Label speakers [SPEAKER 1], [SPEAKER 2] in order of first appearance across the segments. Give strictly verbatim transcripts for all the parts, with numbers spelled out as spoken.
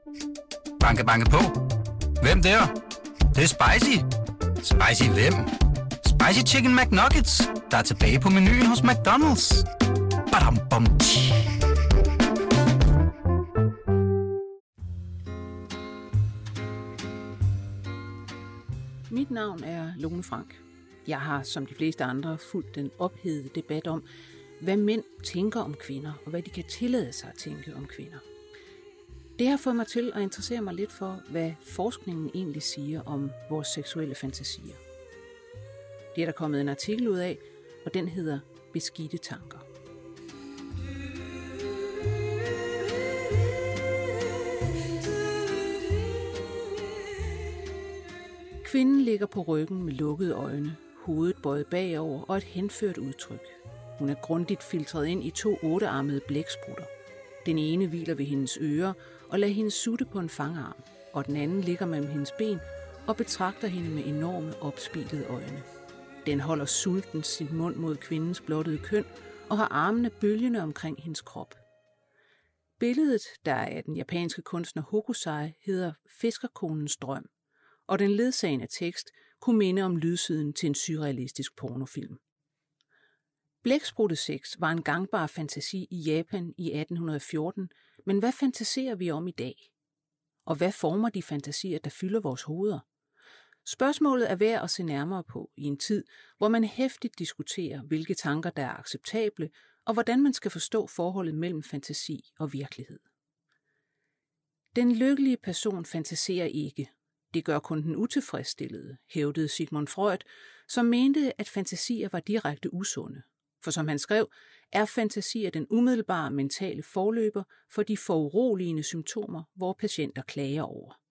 [SPEAKER 1] Banke, banke på. Hvem der? Det, det er spicy. Spicy hvem? Spicy Chicken McNuggets, der er tilbage på menuen hos McDonald's. Badum, bom,
[SPEAKER 2] Mit navn er Lone Frank. Jeg har, som de fleste andre, fulgt den ophedede debat om, hvad mænd tænker om kvinder, og hvad de kan tillade sig at tænke om kvinder. Det har fået mig til at interessere mig lidt for, hvad forskningen egentlig siger om vores seksuelle fantasier. Det er der kommet en artikel ud af, og den hedder Beskidte tanker. Kvinden ligger på ryggen med lukkede øjne, hovedet bøjet bagover og et henført udtryk. Hun er grundigt filtreret ind i to ottearmede blæksprutter. Den ene hviler ved hendes ører og lader hende sutte på en fangarm, og den anden ligger mellem hendes ben og betragter hende med enorme opspilede øjne. Den holder sulten sin mund mod kvindens blottede køn og har armene bølgende omkring hendes krop. Billedet, der er af den japanske kunstner Hokusai, hedder Fiskerkonens drøm, og den ledsagende tekst kunne minde om lydsiden til en surrealistisk pornofilm. Blæksprutte-sex var en gangbar fantasi i Japan i atten fjorten, men hvad fantaserer vi om i dag? Og hvad former de fantasier, der fylder vores hoveder? Spørgsmålet er værd at se nærmere på i en tid, hvor man heftigt diskuterer, hvilke tanker der er acceptable, og hvordan man skal forstå forholdet mellem fantasi og virkelighed. Den lykkelige person fantaserer ikke. Det gør kun den utilfredsstillede, hævdede Sigmund Freud, som mente, at fantasier var direkte usunde. For som han skrev, er fantasier den umiddelbare mentale forløber for de foruroligende symptomer, hvor patienter klager over.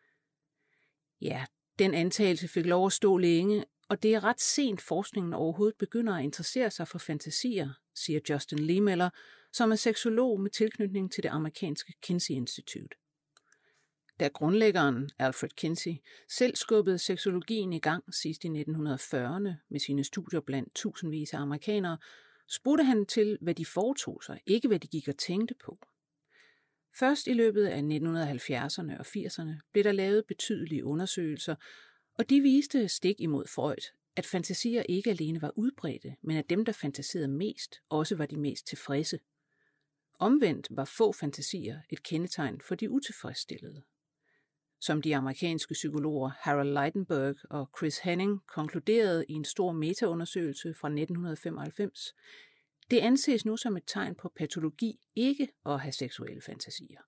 [SPEAKER 2] Ja, den antagelse fik lov at stå længe, og det er ret sent forskningen overhovedet begynder at interessere sig for fantasier, siger Justin Lehmiller, som er seksolog med tilknytning til det amerikanske Kinsey Institute. Da grundlæggeren Alfred Kinsey selv skubbede seksologien i gang sidst i nitten fyrrerne med sine studier blandt tusindvis af amerikanere, spurgte han til, hvad de foretog sig, ikke hvad de gik og tænkte på. Først i løbet af nitten halvfjerdserne og firserne blev der lavet betydelige undersøgelser, og de viste stik imod Freud, at fantasier ikke alene var udbredte, men at dem, der fantaserede mest, også var de mest tilfredse. Omvendt var få fantasier et kendetegn for de utilfredsstillede. Som de amerikanske psykologer Harold Leidenberg og Chris Henning konkluderede i en stor metaundersøgelse fra nitten femoghalvfems, det anses nu som et tegn på patologi ikke at have seksuelle fantasier.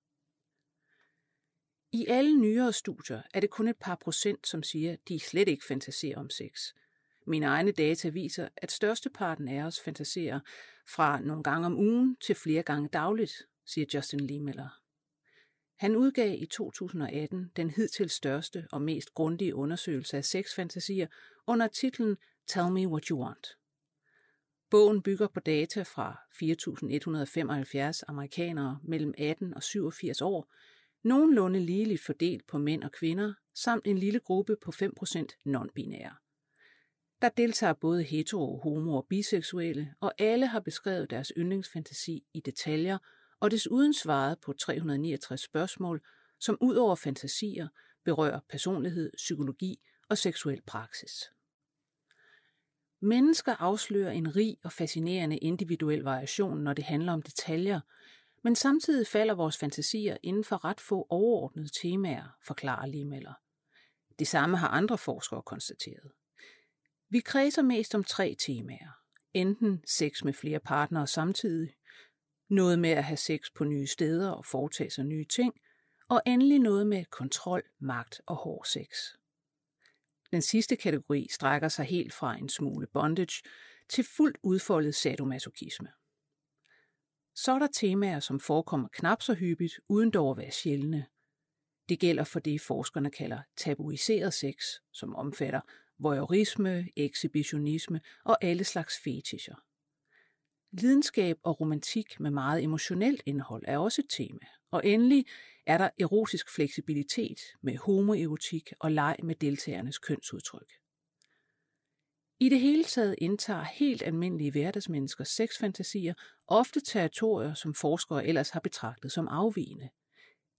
[SPEAKER 2] I alle nyere studier er det kun et par procent, som siger, at de slet ikke fantaserer om sex. Mine egne data viser, at størsteparten af os fantaserer fra nogle gange om ugen til flere gange dagligt, siger Justin Lehmiller. Han udgav i to tusind og atten den hidtil største og mest grundige undersøgelse af sexfantasier under titlen Tell Me What You Want. Bogen bygger på data fra fire tusind et hundrede femoghalvfjerds amerikanere mellem atten og syvogfirs år, nogenlunde ligeligt fordelt på mænd og kvinder, samt en lille gruppe på fem procent non-binære. Der deltager både hetero, homo og biseksuelle, og alle har beskrevet deres yndlingsfantasi i detaljer, og desuden svaret på tre hundrede niogtres spørgsmål, som ud over fantasier berører personlighed, psykologi og seksuel praksis. Mennesker afslører en rig og fascinerende individuel variation, når det handler om detaljer, men samtidig falder vores fantasier inden for ret få overordnede temaer, forklarer Lehmiller. Det samme har andre forskere konstateret. Vi kredser mest om tre temaer. Enten sex med flere partnere samtidig, noget med at have sex på nye steder og foretage sig nye ting, og endelig noget med kontrol, magt og hård sex. Den sidste kategori strækker sig helt fra en smule bondage til fuldt udfoldet sadomasochisme. Så er der temaer, som forekommer knap så hyppigt, uden dog at være sjældne. Det gælder for det, forskerne kalder tabuiseret sex, som omfatter voyeurisme, ekshibitionisme og alle slags fetischer. Lidenskab og romantik med meget emotionelt indhold er også et tema. Og endelig er der erotisk fleksibilitet med homoerotik og leg med deltagernes kønsudtryk. I det hele taget indtager helt almindelige hverdagsmenneskers sexfantasier ofte territorier, som forskere ellers har betragtet som afvigende.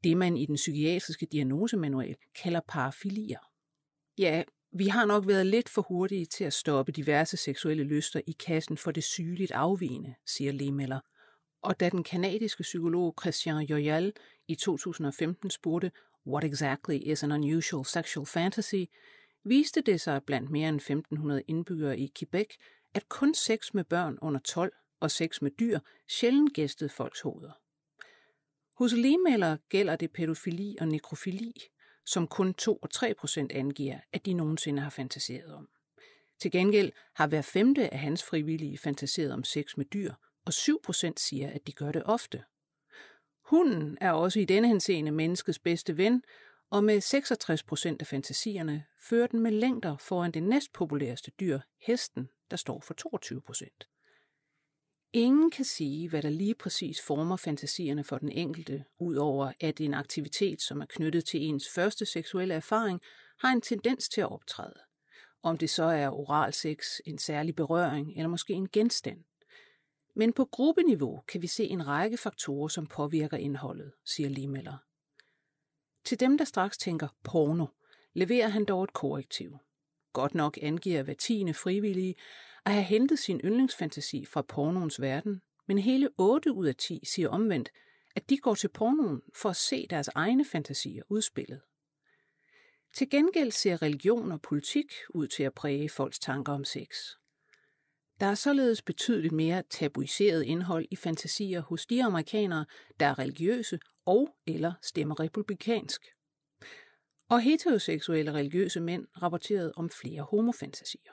[SPEAKER 2] det man i den psykiatriske diagnosemanual kalder parafilier. Ja, vi har nok været lidt for hurtige til at stoppe diverse seksuelle lyster i kassen for det sygeligt afvigende, siger Lehmiller. Og da den kanadiske psykolog Christian Joyal i to tusind og femten spurgte, "What exactly is an unusual sexual fantasy?", viste det sig blandt mere end femten hundrede indbyggere i Quebec, at kun sex med børn under tolv og sex med dyr sjældent gæstede folks hoveder. Hos Lehmiller gælder det pædofili og nekrofili, som kun to og tre procent angiver, at de nogensinde har fantaseret om. Til gengæld har hver femte af hans frivillige fantaseret om sex med dyr, og syv procent siger, at de gør det ofte. Hunden er også i denne henseende menneskets bedste ven, og med seksogtres procent af fantasierne fører den med længder foran det næstpopulæreste dyr, hesten, der står for toogtyve procent. Ingen kan sige, hvad der lige præcis former fantasierne for den enkelte, udover at en aktivitet, som er knyttet til ens første seksuelle erfaring, har en tendens til at optræde. Om det så er oralsex, en særlig berøring eller måske en genstand. Men på gruppeniveau kan vi se en række faktorer, som påvirker indholdet, siger Lehmiller. Til dem, der straks tænker porno, leverer han dog et korrektiv. Godt nok angiver hver tiende frivillige at have hentet sin yndlingsfantasi fra pornoens verden, men hele otte ud af ti siger omvendt, at de går til pornoen for at se deres egne fantasier udspillet. Til gengæld ser religion og politik ud til at præge folks tanker om sex. Der er således betydeligt mere tabuiseret indhold i fantasier hos de amerikanere, der er religiøse og eller stemmer republikansk. Og heteroseksuelle religiøse mænd rapporterede om flere homofantasier.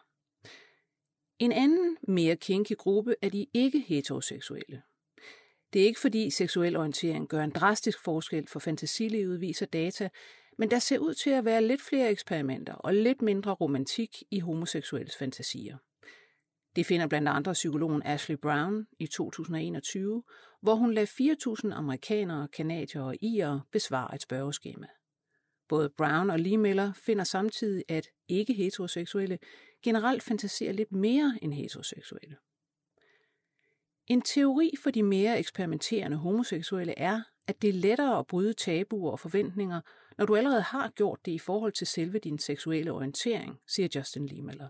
[SPEAKER 2] En anden, mere kinky gruppe er de ikke-heteroseksuelle. Det er ikke fordi seksuel orientering gør en drastisk forskel for fantasilivet, viser data, men der ser ud til at være lidt flere eksperimenter og lidt mindre romantik i homoseksuelles fantasier. Det finder blandt andre psykologen Ashley Brown i to tusind og enogtyve, hvor hun lagde fire tusind amerikanere, kanadiere og irere besvare et spørgeskema. Både Brown og Lehmiller finder samtidig, at ikke-heteroseksuelle generelt fantaserer lidt mere end heteroseksuelle. En teori for de mere eksperimenterende homoseksuelle er, at det er lettere at bryde tabuer og forventninger, når du allerede har gjort det i forhold til selve din seksuelle orientering, siger Justin Lehmiller.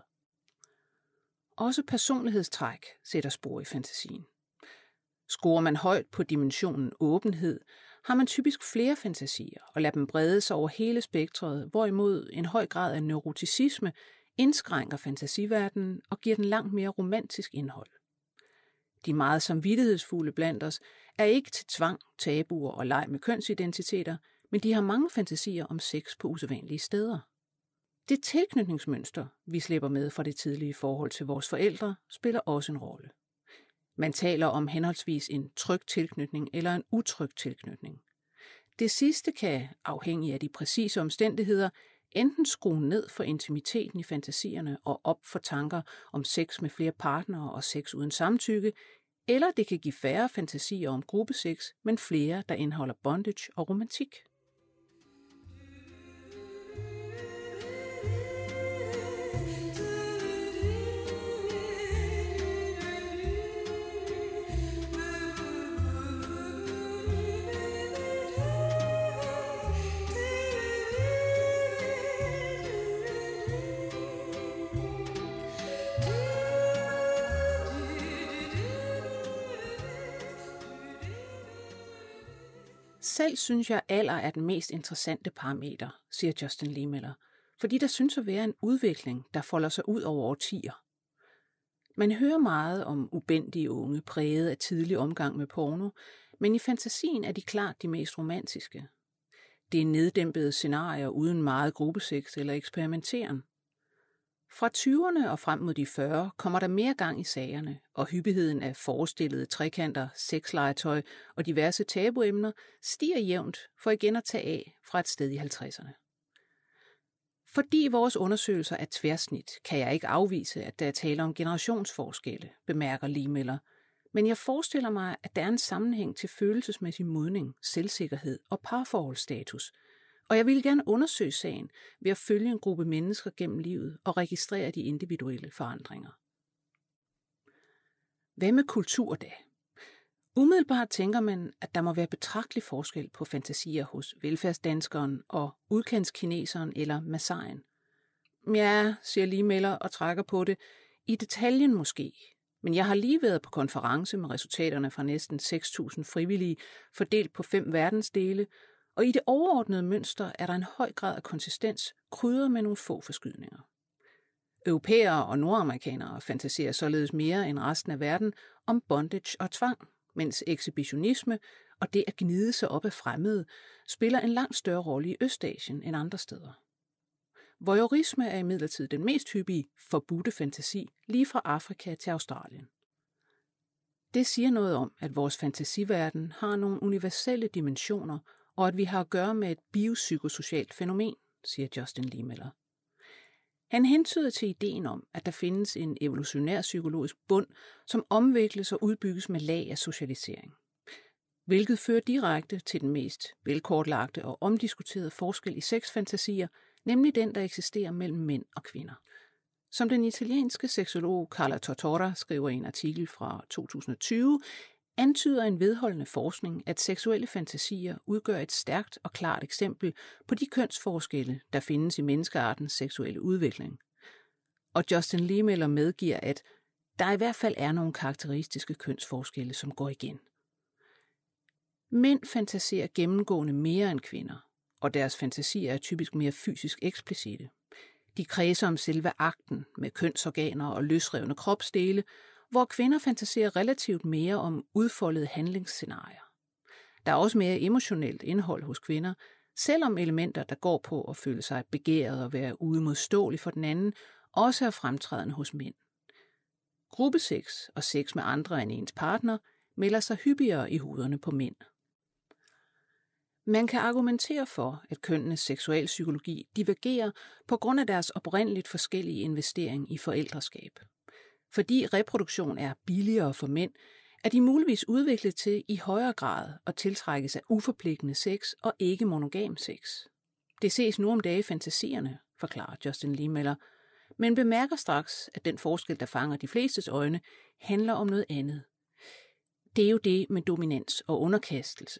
[SPEAKER 2] Også personlighedstræk sætter spor i fantasien. Scorer man højt på dimensionen åbenhed, har man typisk flere fantasier og lader dem brede sig over hele spektret, hvorimod en høj grad af neuroticisme indskrænker fantasiverdenen og giver den langt mere romantisk indhold. De meget samvittighedsfulde blandt os er ikke til tvang, tabuer og leg med kønsidentiteter, men de har mange fantasier om sex på usædvanlige steder. Det tilknytningsmønster, vi slipper med fra det tidlige forhold til vores forældre, spiller også en rolle. Man taler om henholdsvis en tryg tilknytning eller en utryg tilknytning. Det sidste kan, afhængig af de præcise omstændigheder, enten skrue ned for intimiteten i fantasierne og op for tanker om sex med flere partnere og sex uden samtykke, eller det kan give færre fantasier om gruppesex, men flere, der indeholder bondage og romantik. Selv synes jeg, alder er den mest interessante parameter, siger Justin Lehmiller, fordi der synes at være en udvikling, der folder sig ud over årtier. Man hører meget om ubændige unge, præget af tidlig omgang med porno, men i fantasien er de klart de mest romantiske. Det er neddæmpede scenarier uden meget gruppesex eller eksperimenteren. Fra tyverne og frem mod de fyrre kommer der mere gang i sagerne, og hyppigheden af forestillede trekanter, sexlegetøj og diverse tabuemner stiger jævnt for igen at tage af fra et sted i halvtredserne. Fordi vores undersøgelser er tværsnit, kan jeg ikke afvise, at der er tale om generationsforskelle, bemærker Lehmiller, men jeg forestiller mig, at der er en sammenhæng til følelsesmæssig modning, selvsikkerhed og parforholdsstatus, og jeg vil gerne undersøge sagen ved at følge en gruppe mennesker gennem livet og registrere de individuelle forandringer. Hvad med kultur da? Umiddelbart tænker man, at der må være betragtelig forskel på fantasier hos velfærdsdanskeren og udkantskineseren eller massajen. Ja, siger Liemeller og trækker på det. I detaljen måske. Men jeg har lige været på konference med resultaterne fra næsten seks tusind frivillige, fordelt på fem verdensdele, og i det overordnede mønster er der en høj grad af konsistens, krydret med nogle få forskydninger. Europæere og nordamerikanere fantaserer således mere end resten af verden om bondage og tvang, mens ekshibitionisme og det at gnide sig op af fremmede spiller en langt større rolle i Østasien end andre steder. Voyeurisme er imidlertid den mest hyppige forbudte fantasi lige fra Afrika til Australien. Det siger noget om, at vores fantasiverden har nogle universelle dimensioner, og at vi har at gøre med et biopsykosocialt fænomen, siger Justin Liemeller. Han hentyder til ideen om, at der findes en evolutionær psykologisk bund, som omvikles og udbygges med lag af socialisering, hvilket fører direkte til den mest velkortlagte og omdiskuterede forskel i sexfantasier, nemlig den, der eksisterer mellem mænd og kvinder. Som den italienske seksolog Carla Tortora skriver i en artikel fra to tusind og tyve, antyder en vedholdende forskning, at seksuelle fantasier udgør et stærkt og klart eksempel på de kønsforskelle, der findes i menneskeartens seksuelle udvikling. Og Justin Liemeller medgiver, at der i hvert fald er nogle karakteristiske kønsforskelle, som går igen. Mænd fantaserer gennemgående mere end kvinder, og deres fantasier er typisk mere fysisk eksplicite. De kredser om selve akten med kønsorganer og løsrevne kropsdele, hvor kvinder fantaserer relativt mere om udfoldede handlingsscenarier. Der er også mere emotionelt indhold hos kvinder, selvom elementer, der går på at føle sig begæret og være uimodståelig for den anden, også er fremtrædende hos mænd. Gruppesex og sex med andre end ens partner melder sig hyppigere i hovederne på mænd. Man kan argumentere for, at kønnenes seksualpsykologi divergerer på grund af deres oprindeligt forskellige investering i forældreskab. Fordi reproduktion er billigere for mænd, er de muligvis udviklet til i højere grad at tiltrækkes af uforpligtende sex og ikke monogam sex. Det ses nu om dage i fantasierne, forklarer Justin Liemeller, men bemærker straks, at den forskel, der fanger de flestes øjne, handler om noget andet. Det er jo det med dominans og underkastelse.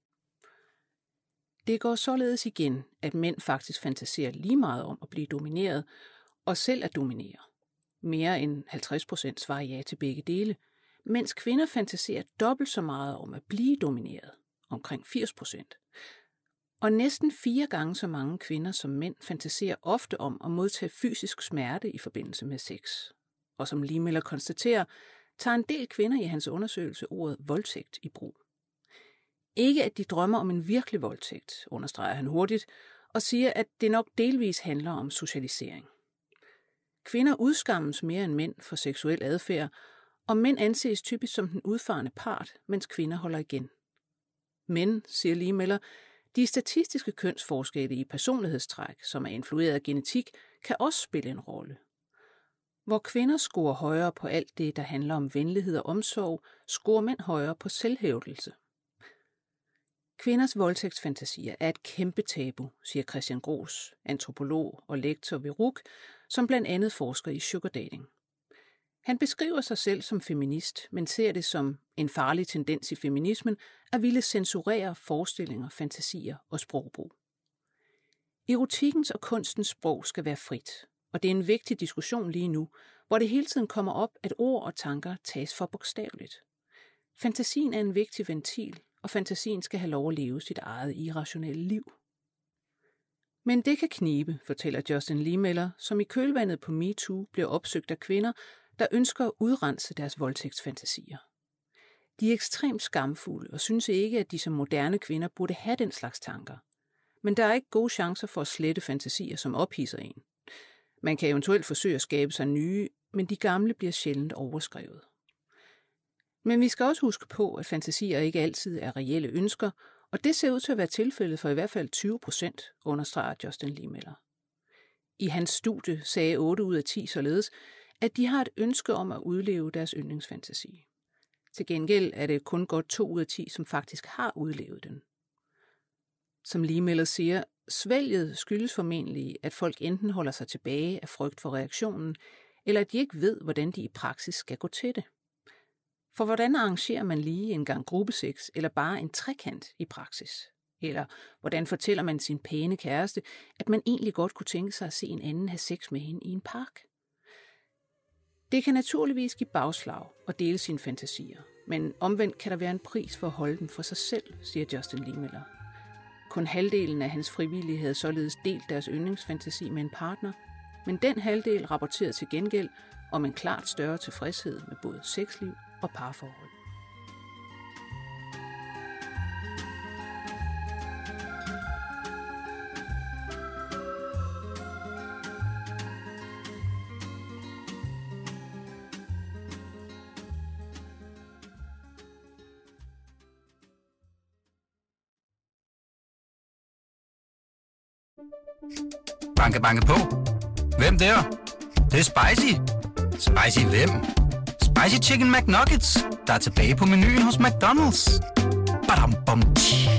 [SPEAKER 2] Det går således igen, at mænd faktisk fantaserer lige meget om at blive domineret og selv at dominere. Mere end halvtreds procent svarer ja til begge dele, mens kvinder fantaserer dobbelt så meget om at blive domineret, omkring firs procent. Og næsten fire gange så mange kvinder som mænd fantaserer ofte om at modtage fysisk smerte i forbindelse med sex. Og som Liemeller konstaterer, tager en del kvinder i hans undersøgelse ordet voldtægt i brug. Ikke at de drømmer om en virkelig voldtægt, understreger han hurtigt, og siger, at det nok delvis handler om socialisering. Kvinder udskammes mere end mænd for seksuel adfærd, og mænd anses typisk som den udfarende part, mens kvinder holder igen. Men, siger Liemeller, de statistiske kønsforskelle i personlighedstræk, som er influeret af genetik, kan også spille en rolle. Hvor kvinder scorer højere på alt det, der handler om venlighed og omsorg, scorer mænd højere på selvhævdelse. Kvinders voldtægtsfantasier er et kæmpe tabu, siger Christian Gros, antropolog og lektor ved R U C, som blandt andet forsker i sugardating. Han beskriver sig selv som feminist, men ser det som en farlig tendens i feminismen at ville censurere forestillinger, fantasier og sprogbrug. Erotikkens og kunstens sprog skal være frit, og det er en vigtig diskussion lige nu, hvor det hele tiden kommer op, at ord og tanker tages for bogstaveligt. Fantasien er en vigtig ventil, og fantasien skal have lov at leve sit eget irrationelle liv. Men det kan knibe, fortæller Justin Liemeller, som i kølvandet på MeToo bliver opsøgt af kvinder, der ønsker at udrense deres voldtægtsfantasier. De er ekstremt skamfulde og synes ikke, at de som moderne kvinder burde have den slags tanker. Men der er ikke gode chancer for at slette fantasier, som ophidser en. Man kan eventuelt forsøge at skabe sig nye, men de gamle bliver sjældent overskrevet. Men vi skal også huske på, at fantasier ikke altid er reelle ønsker, og det ser ud til at være tilfældet for i hvert fald tyve procent, understreger Justin Liemeller. I hans studie sagde otte ud af ti således, at de har et ønske om at udleve deres yndlingsfantasi. Til gengæld er det kun godt to ud af ti, som faktisk har udlevet den. Som Liemeller siger, svælget skyldes formentlig, at folk enten holder sig tilbage af frygt for reaktionen, eller at de ikke ved, hvordan de i praksis skal gå til det. For hvordan arrangerer man lige en gang gruppesex eller bare en trekant i praksis? Eller hvordan fortæller man sin pæne kæreste, at man egentlig godt kunne tænke sig at se en anden have sex med hende i en park? Det kan naturligvis give bagslag og dele sine fantasier, men omvendt kan der være en pris for at holde dem for sig selv, siger Justin Lehmiller. Kun halvdelen af hans frivillige havde således delt deres yndlingsfantasi med en partner, men den halvdel rapporterede til gengæld om en klart større tilfredshed med både sexliv og parforhold.
[SPEAKER 1] Banke, banke på. Hvem der? Det, det er spicy. Spicy hvem? Spicy Chicken McNuggets, der er tilbage på menuen hos McDonald's. Badum, bom, tji.